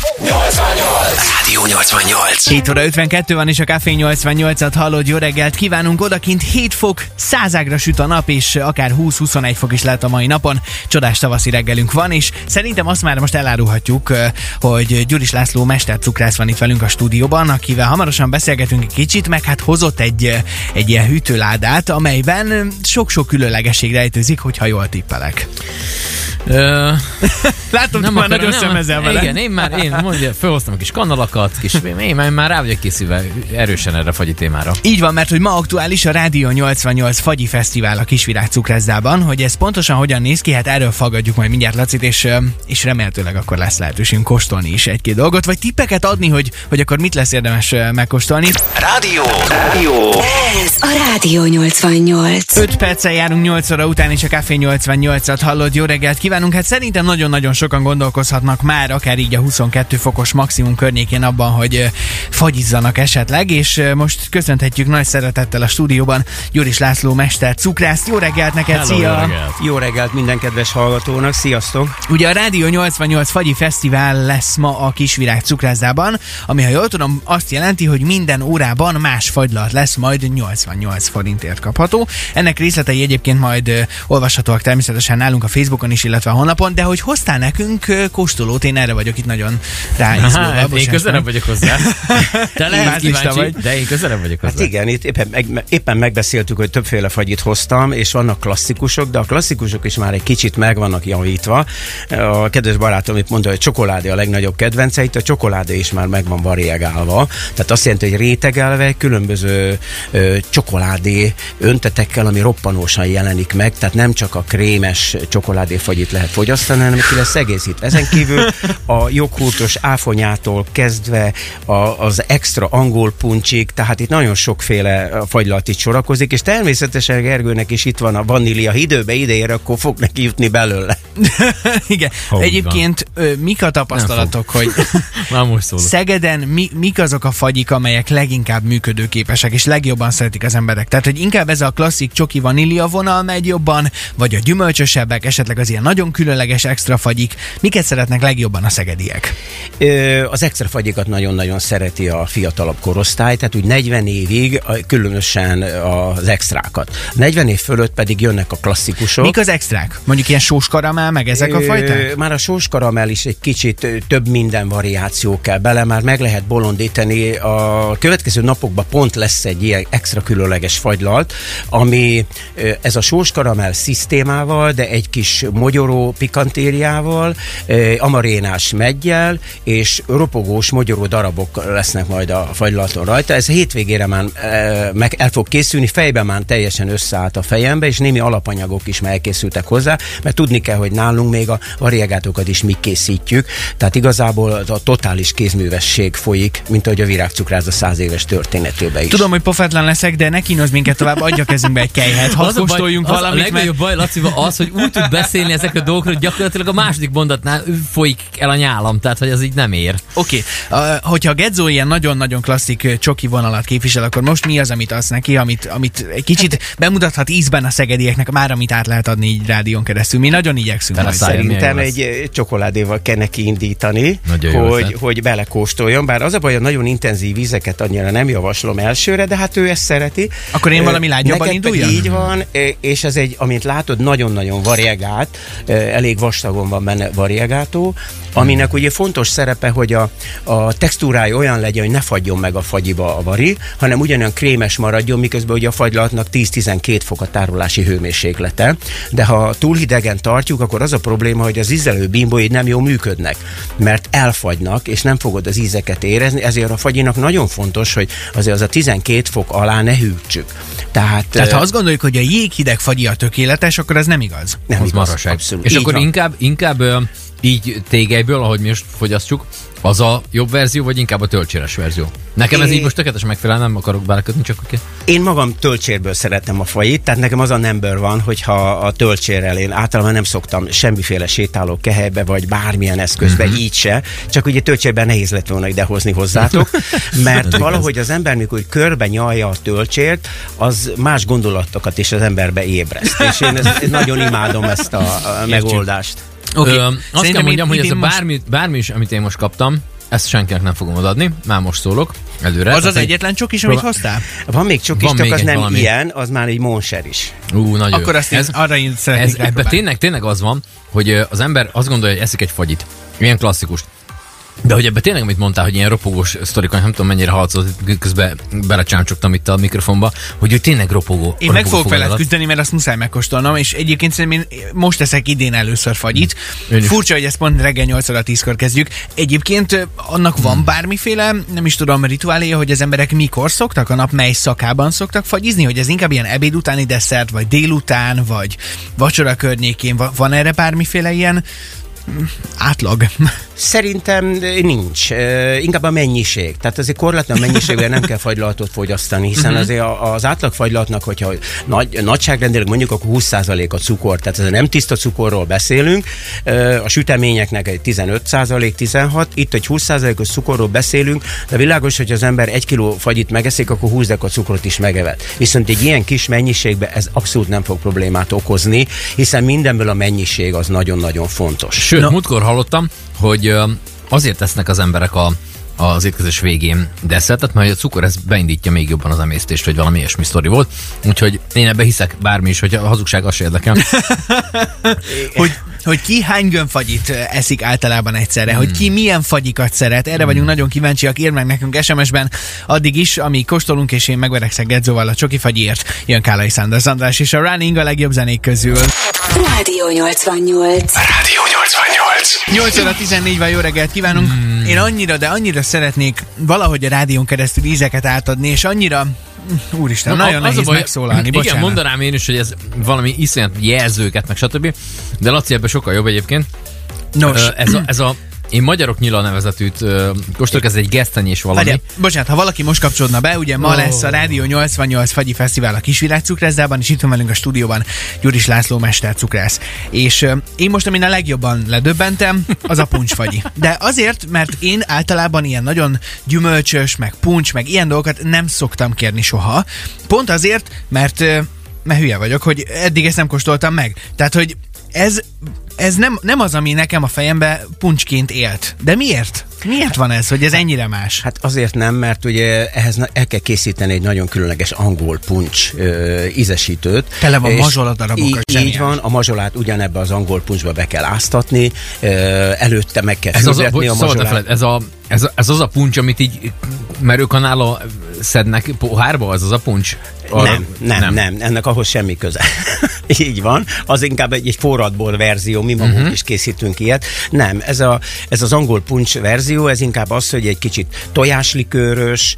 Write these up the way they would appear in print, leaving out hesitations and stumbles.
Rádió 88. 7 óra 52 van, és a Café 88-at hallod. Jó reggelt kívánunk. Odakint 7 fok, százágra süt a nap, és akár 20-21 fok is lehet a mai napon. Csodás tavaszi reggelünk van, és szerintem azt már most elárulhatjuk, hogy Gyuris László mestercukrász van itt velünk a stúdióban, akivel hamarosan beszélgetünk egy kicsit, meg hát hozott egy ilyen hűtőládát, amelyben sok-sok különlegesség rejtőzik, hogyha jól tippelek. Látom, hogy már nagyon szemezel vele. Igen, én felhoztam a kis kanalakat, én már rá vagyok készülve erősen erre a fagyi témára. Így van, mert hogy ma aktuális a Rádió 88 Fagyi Fesztivál a Kisvirág cukrászdában, hogy ez pontosan hogyan néz ki, hát erről faggatjuk majd mindjárt Lacit, és remélhetőleg akkor lesz lehetőségünk kóstolni is egy-két dolgot, vagy tippeket adni, hogy akkor mit lesz érdemes megkóstolni. Rádió. Ez a Rádió 88. 5 perccel járunk 8 óra után, és a Café 88-at hallod. Jó reggelt kívánunk! Hát szerintem nagyon-nagyon sokan gondolkozhatnak már, akár így a 22 fokos maximum környékén abban, hogy fagyizzanak esetleg, és most köszönhetjük nagy szeretettel a stúdióban Gyuris László mester cukrászt. Jó reggelt neked, Hello, szia! jó reggelt. Jó reggelt minden kedves hallgatónak, sziasztok! Ugye a Rádió 88 Fagyi Fesztivál lesz ma a Kisvirág cukrászdában, ami, ha jól tudom, azt jelenti, hogy minden órában más fagylalt lesz, majd 88 forintért kapható. Ennek részletei egyébként majd olvashatóak természetesen nálunk a Facebookon is, illetve a honlapon, de hogy hoztál nekünk kóstolót, én erre vagyok itt nagyon ráizgulva. Én közelebb vagyok hozzá. Te lehet kíváncsi, de én közelebb vagyok hozzá. Hát igen, itt éppen megbeszéltük, hogy többféle fagyit hoztam, és vannak klasszikusok, de a klasszikusok is már egy kicsit meg vannak javítva. A kedves barátom itt mondta, hogy csokoládé a legnagyobb kedvence, itt a csokoládé is már meg van variegálva. Tehát azt jelenti, hogy rétegelve különböző csokoládé öntetekkel, ami roppanósan jelenik meg, tehát nem csak a krémes csokoládéfagyit lehet fogyasztani, hanem ki lesz egészítve. Ezen kívül a joghurtos áfonyától kezdve az extra angol puncsig, tehát itt nagyon sokféle fagylalt itt sorakozik, és természetesen Gergőnek is itt van a vanília, időbe ideér, akkor fog neki jutni belőle. Igen. Egyébként mik a tapasztalatok, hogy Szegeden mik azok a fagyik, amelyek leginkább működőképesek, és legjobban szeretik az emberek? Tehát, hogy inkább ez a klasszik csoki vanília vonal megy jobban, vagy a gyümölcsösebbek, esetleg az ilyen nagyon különleges extra fagyik. Miket szeretnek legjobban a szegediek? Az extra fagyikat nagyon-nagyon szereti a fiatalabb korosztály, tehát úgy 40 évig különösen az extrákat. 40 év fölött pedig jönnek a klasszikusok. Mik az extrák? Mondjuk ilyen sós karamell, meg ezek a fajták? Már a sós karamell is egy kicsit több minden variáció kell bele, már meg lehet bolondítani. A következő napokban pont lesz egy ilyen extra különleges fagylalt, ami ez a sós karamell szisztémával, de egy kis mogyoró pikantériával, amarénás meggyel, és ropogós mogyoró darabok lesznek majd a fagylalton rajta. Ez a hétvégére már meg el fog készülni, fejben már teljesen összeállt a fejembe, és némi alapanyagok is már elkészültek hozzá, mert tudni kell, hogy nálunk még a variegátokat is mi készítjük, tehát igazából a totális kézművesség folyik, mint ahogy a virágcukrászda 100 éves történetében is. Tudom, hogy pofátlan leszek, de ne kínozz minket tovább, adja kezünkbe egy kejhet, hadd kóstoljunk valamit. A legnagyobb baj, Lacival az, hogy úgy tud beszélni ezek a dolgokról, hogy gyakorlatilag a második mondatnál folyik el a nyálam, tehát hogy az így nem ér. Oké. Hogyha a Gedzó ilyen nagyon-nagyon klasszik csoki vonalat képvisel, akkor most mi az, amit adsz neki, amit egy kicsit bemutathat ízben a szegedieknek, már amit át lehet adni így rádión keresztül. Mi nagyon igyekszünk. Szerintem egy csokoládéval kell neki indítani, hogy belekóstoljon, bár az a baj, hogy nagyon intenzív ízeket annyira nem javaslom elsőre, de hát ő ezt szereti. Akkor én valami lágyabban induljam? Így van, és ez egy, amint látod, nagyon-nagyon variegált, elég vastagon van benne variegátó, aminek ugye fontos szerepe, hogy a textúrája olyan legyen, hogy ne fagyjon meg a fagyiba a vari, hanem ugyanolyan krémes maradjon, miközben ugye a fagylaltnak 10-12 fok a tárolási hőmérséklete, de ha túl hidegen tartjuk, akkor az a probléma, hogy az ízelő bimbói nem jól működnek, mert elfagynak, és nem fogod az ízeket érezni, ezért a fagyinak nagyon fontos, hogy azért az a 12 fok alá ne hűtsük. Tehát ha azt gondoljuk, hogy a jéghideg fagyi a tökéletes, akkor ez nem igaz. Nem az igaz, maraság. Abszolút. És így akkor van. inkább így tégelyből, ahogy mi most fogyasztjuk, az a jobb verzió, vagy inkább a töltséres verzió? Nekem ez így most tökéletesen megfelel, nem akarok belekötni, csak oké. Én magam töltsérből szeretem a fajit, tehát nekem az a number van, hogyha a töltsérrel én általában nem szoktam semmiféle sétáló kehelybe, vagy bármilyen eszközbe, így se, csak ugye töltsérben nehéz lett volna idehozni hozzátok, mert valahogy az ember, mikor körbe nyalja a töltsért, az más gondolatokat is az emberbe ébreszt, és én nagyon imádom ezt a megoldást. Azt kell mondjam, hogy ez a bármi is, amit én most kaptam, ezt senkinek nem fogom adni, már most szólok előre. Az egyetlen csokis, amit hoztál? Van még csokis, Van csak még az egy nem valami. ilyen, az már egy monser is. Nagyon Akkor jó. azt arra én szeretnék ebben rápróbálni. tényleg az van, hogy az ember azt gondolja, hogy eszik egy fagyit. Ilyen klasszikus. De hogy ebben tényleg, amit mondtál, hogy ilyen ropogós sztorikon, nem tudom mennyire hallatszott, közben belecsámcsogtam itt a mikrofonba, hogy ő tényleg ropogó. Én meg fogok veled küzdeni, mert azt muszáj megkóstolnom, és egyébként szerintem én most teszek idén először fagyit. Furcsa, hogy ezt pont reggel 8-ra 10-kor kezdjük. Egyébként annak van bármiféle, nem is tudom, rituáléja, hogy az emberek mikor szoktak, a nap mely szakában szoktak fagyizni, hogy ez inkább ilyen ebéd utáni desszert, vagy délután, vagy vacsora környékén, van erre bármiféle ilyen átlag? Szerintem nincs. Inkább a mennyiség. Tehát azért korlátlan mennyiségben nem kell fagylaltot fogyasztani, hiszen azért az átlag fagylaltnak, hogyha nagyságrendileg mondjuk, akkor 20% a cukor. Tehát ez nem tiszta cukorról beszélünk. A süteményeknek egy 15%, 16%, itt egy 20%-os cukorról beszélünk, de világos, hogy az ember 1 kiló fagyit megeszik, akkor 20 deka cukrot is megevet. Viszont egy ilyen kis mennyiségben ez abszolút nem fog problémát okozni, hiszen mindenből a mennyiség az nagyon-nagyon fontos. Sőt, múltkor hallottam, hogy azért tesznek az emberek az étkezés végén desszertet, mert a cukor ez beindítja még jobban az emésztést, vagy valami ilyesmi sztori volt. Úgyhogy én ebbe hiszek, bármi is, hogy a hazugság az se érdekel. Hogy ki hány gömbfagyit eszik általában egyszerre, hogy ki milyen fagyikat szeret, erre vagyunk nagyon kíváncsiak, írd meg nekünk SMS-ben, addig is, amíg kóstolunk, és én megverekszek Gedzóval a csoki fagyért, jön Kálai Sándor András és a Running a legjobb zenék közül. Rádió 88. Rádió 88. 8 óra 14 van, jó reggelt kívánunk. Én annyira szeretnék valahogy a rádión keresztül ízeket átadni, és annyira úristen, nagyon nehéz megszólalni, bocsánat. Igen, mondanám én is, hogy ez valami iszonyat jelzőket, meg stb. De Laci ebben sokkal jobb egyébként. Nos. Én Magyarok Nyila nevezetűt kóstolok, ez egy gesztenyés valami. Hagyja, bocsánat, ha valaki most kapcsolódna be, ugye ma lesz a Rádió 88 Fagyi Fesztivál a Kisvirág cukrászdában, és itt van velünk a stúdióban Gyuris László mestercukrász. És én most, amin a legjobban ledöbbentem, az a puncsfagyi. De azért, mert én általában ilyen nagyon gyümölcsös, meg puncs, meg ilyen dolgokat nem szoktam kérni soha. Pont azért, mert hülye vagyok, hogy eddig ezt nem kóstoltam meg. Tehát, hogy ez nem az, ami nekem a fejembe puncsként élt. De miért? Miért van ez, hogy ez ennyire más? Hát azért nem, mert ugye ehhez el kell készíteni egy nagyon különleges angol puncs ízesítőt. Tele van mazsoladarabokat. Így van, a mazsolát ugyanebbe az angol puncsba be kell áztatni, előtte meg kell fürdetni a mazsolát. Ez az a puncs, amit így merőkanállal szednek pohárba, az a puncs? Nem, ennek ahhoz semmi köze. Így van, az inkább egy forradbor verzió, mi magunk is készítünk ilyet. Nem, ez az angol puncs verzió, ez inkább az, hogy egy kicsit tojáslikőrös,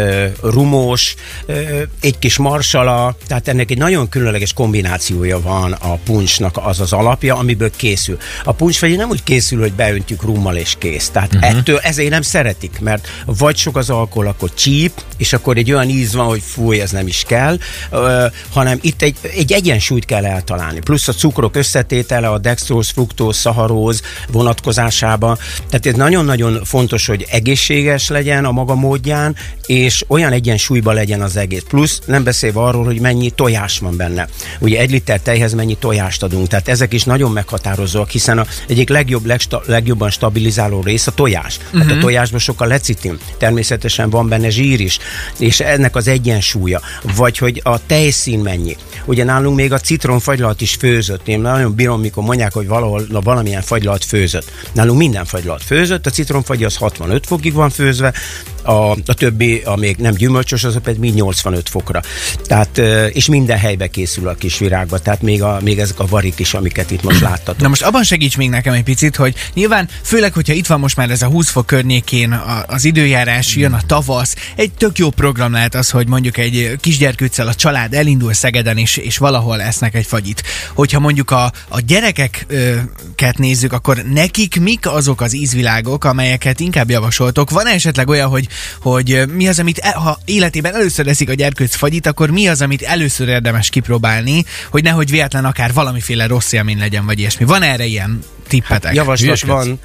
rumos, egy kis marsala, tehát ennek egy nagyon különleges kombinációja van a puncsnak, az alapja, amiből készül. A puncsfagyi nem úgy készül, hogy beöntjük rummal és kész. Tehát ezért nem szeretik, mert vagy sok az alkohol, akkor csíp, és akkor egy olyan íz van, hogy fúj, ez nem is kell, hanem itt egy egyensúlyt kell eltalálni. Plusz a cukrok összetétele, a dextróz, fruktóz, szaharóz vonatkozásában. Tehát ez nagyon-nagyon fontos, hogy egészséges legyen a maga módján, és olyan egyensúlyban legyen az egész. Plusz nem beszélve arról, hogy mennyi tojás van benne. Ugye 1 liter tejhez mennyi tojást adunk. Tehát ezek is nagyon meghatározóak, hiszen az egyik legjobban stabilizáló rész a tojás. Hát a tojásban sok a lecitin. Természetesen van benne zsír is, és ennek az egyensúlya. Vagy hogy a tejszín mennyi. Ugye nálunk még a citronfagylalt is főzött. Én nagyon bírom, mikor mondják, hogy valahol valamilyen fagylalt főzött. Nálunk minden fagylalt főzött, a citronfagy az 65 fokig van főzve, a többi, a még nem gyümölcsös, az pedig még 85 fokra. Tehát, és minden helybe készül a Kisvirágba, tehát még ezek a varik is, amiket itt most láttatok. Na most abban segíts még nekem egy picit, hogy nyilván, főleg, hogyha itt van most már ez a 20 fok környékén az időjárás, jön a tavasz, egy tök jó program lehet az, hogy mondjuk egy kisgyerkőccel a család elindul Szegeden, és valahol esznek egy fagyit. Hogyha mondjuk a gyerekeket nézzük, akkor nekik mik azok az ízvilágok, amelyeket inkább javasoltok? Van esetleg olyan, hogy mi az, amit ha életében először eszik a gyerkőc fagyit, akkor mi az, amit először érdemes kipróbálni, hogy nehogy véletlen akár valamiféle rossz élmény legyen, vagy ilyesmi. Van erre ilyen tippetek? Javaslat van,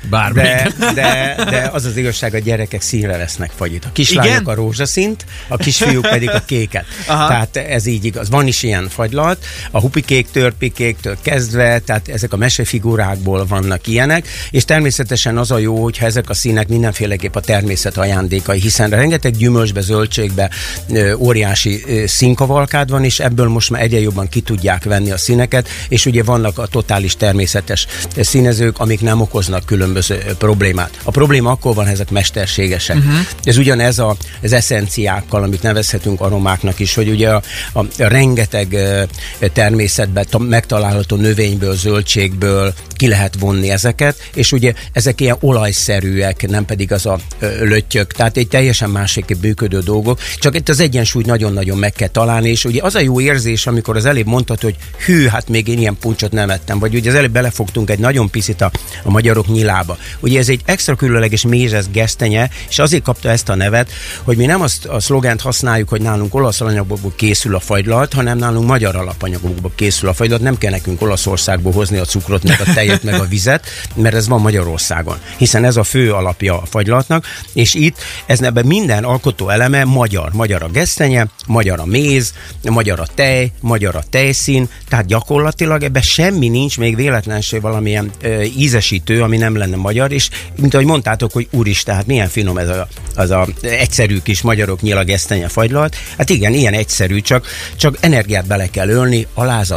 de az az igazság, a gyerekek színre vesznek fagyit. A kislányok a rózsaszínt, a kisfiúk pedig a kéket. Tehát ez így igaz. Van is ilyen fagylalt, a hupikék, törpikéktől kezdve, tehát ezek a mesefigurákból vannak ilyenek, és természetesen az a jó, hogyha ezek a színek mindenféleképp a természet ajándékai, hiszen rengeteg gyümölcsbe, zöldségbe óriási színkavalkád van, és ebből most már egyre jobban ki tudják venni a színeket, és ugye vannak a totális természetes színezők, amik nem okoznak különböző problémát. A probléma akkor van, ezek mesterségesek. Ez ugyanez az eszenciákkal, amit nevezhetünk aromáknak is, hogy ugye a rengeteg természetben megtalálható növényből, zöldségből ki lehet vonni ezeket, és ugye ezek ilyen olajszerűek, nem pedig az a löttyök, tehát egy teljesen másképp működő dolgok, csak itt az egyensúlyt nagyon-nagyon meg kell találni, és ugye az a jó érzés, amikor az előbb mondtad, hogy hű, hát még én ilyen puncsot nem ettem, vagy ugye az előbb belefogtunk egy nagyon picit a magyarok nyilába. Ugye ez egy extra különleges mézes gesztenye, és azért kapta ezt a nevet, hogy mi nem azt a szlogent használjuk, hogy nálunk olasz alanyagokból készül a fagylalt, hanem nálunk magyar alapanyagokból készül a fagylalt, nem kell nekünk Olaszországból hozni a cukrot, meg a tejet, meg a vizet, mert ez van Magyarországon, hiszen ez a fő alapja a fagylaltnak, és itt ebben minden alkotó eleme magyar. Magyar a gesztenye, magyar a méz, magyar a tej, magyar a tejszín, tehát gyakorlatilag ebben semmi nincs, még véletlenség valamilyen ízesítő, ami nem lenne magyar, és mint ahogy mondtátok, hogy úristen, hát milyen finom ez az egyszerű kis magyarok nyila gesztenye fagylalt. Hát igen, ilyen egyszerű, csak energiát bele kell ölni,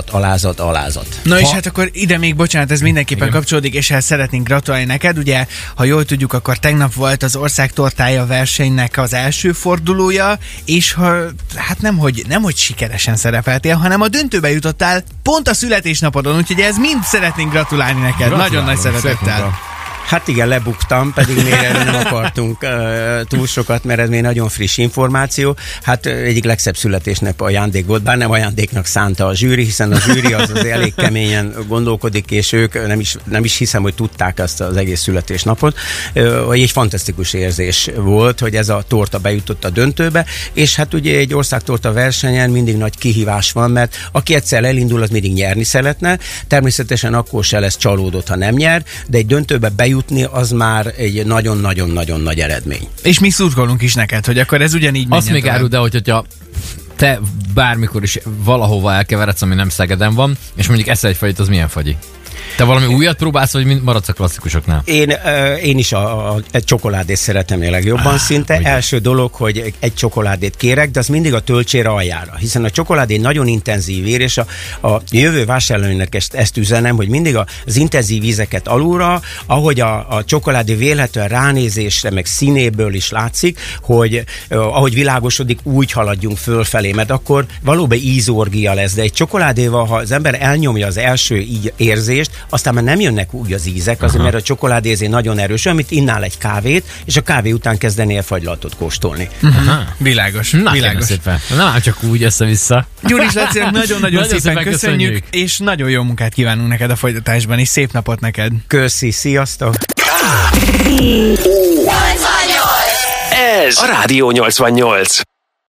alázat. Na és hát akkor ide még, bocsánat, ez mindenképpen kapcsolódik, és hát szeretnénk gratulálni neked. Ugye, ha jól tudjuk, akkor tegnap volt az ország tortája versenynek az első fordulója, és ha, hát nemhogy sikeresen szerepeltél, hanem a döntőbe jutottál pont a születésnapodon, úgyhogy ez mind szeretnénk gratulálni neked. Nagyon nagy szeretettel. Hát igen, lebuktam, pedig még erről nem akartunk túl sokat, mert ez még nagyon friss információ. Hát egyik legszebb születésnap ajándék volt, bár nem ajándéknak szánta a zsűri, hiszen a zsűri az elég keményen gondolkodik, és ők nem is hiszem, hogy tudták azt az egész születésnapot, hogy egy fantasztikus érzés volt, hogy ez a torta bejutott a döntőbe, és hát ugye egy országtorta versenyen mindig nagy kihívás van, mert aki egyszer elindul, az mindig nyerni szeretne, természetesen akkor se lesz csalódott, ha nem nyer, de egy döntöbe bejutni, az már egy nagyon-nagyon-nagyon nagy eredmény. És mi szurkolunk is neked, hogy akkor ez ugyanígy menjen. Azt még árul, de hogyha te bármikor is valahova elkeveredsz, ami nem Szegeden van, és mondjuk eszel egy fagyit, az milyen fagyi? Te valami újat próbálsz, vagy maradsz a klasszikusoknál? Én is egy csokoládét szeretem a legjobban szinte. Ugye. Első dolog, hogy egy csokoládét kérek, de az mindig a töltsére aljára. Hiszen a csokoládé nagyon intenzív ér, és a jövő vásárlóinak ezt üzenem, hogy mindig az intenzív ízeket alulra, ahogy a csokoládé vélhetően ránézésre, meg színéből is látszik, hogy ahogy világosodik, úgy haladjunk fölfelé, mert akkor valóban ízorgia lesz. De egy csokoládéval, ha az ember elnyomja az első érzést, aztán már nem jönnek úgy az ízek, azért, mert a csokoládézé nagyon erős, amit innál egy kávét, és a kávé után kezdenél fagylaltot kóstolni. Világos. Szépen. Nem csak úgy össze-vissza. Gyuris Lacinak nagyon-nagyon szépen köszönjük, és nagyon jó munkát kívánunk neked a folytatásban, és szép napot neked. Köszi, sziasztok! Ez a Rádió 88.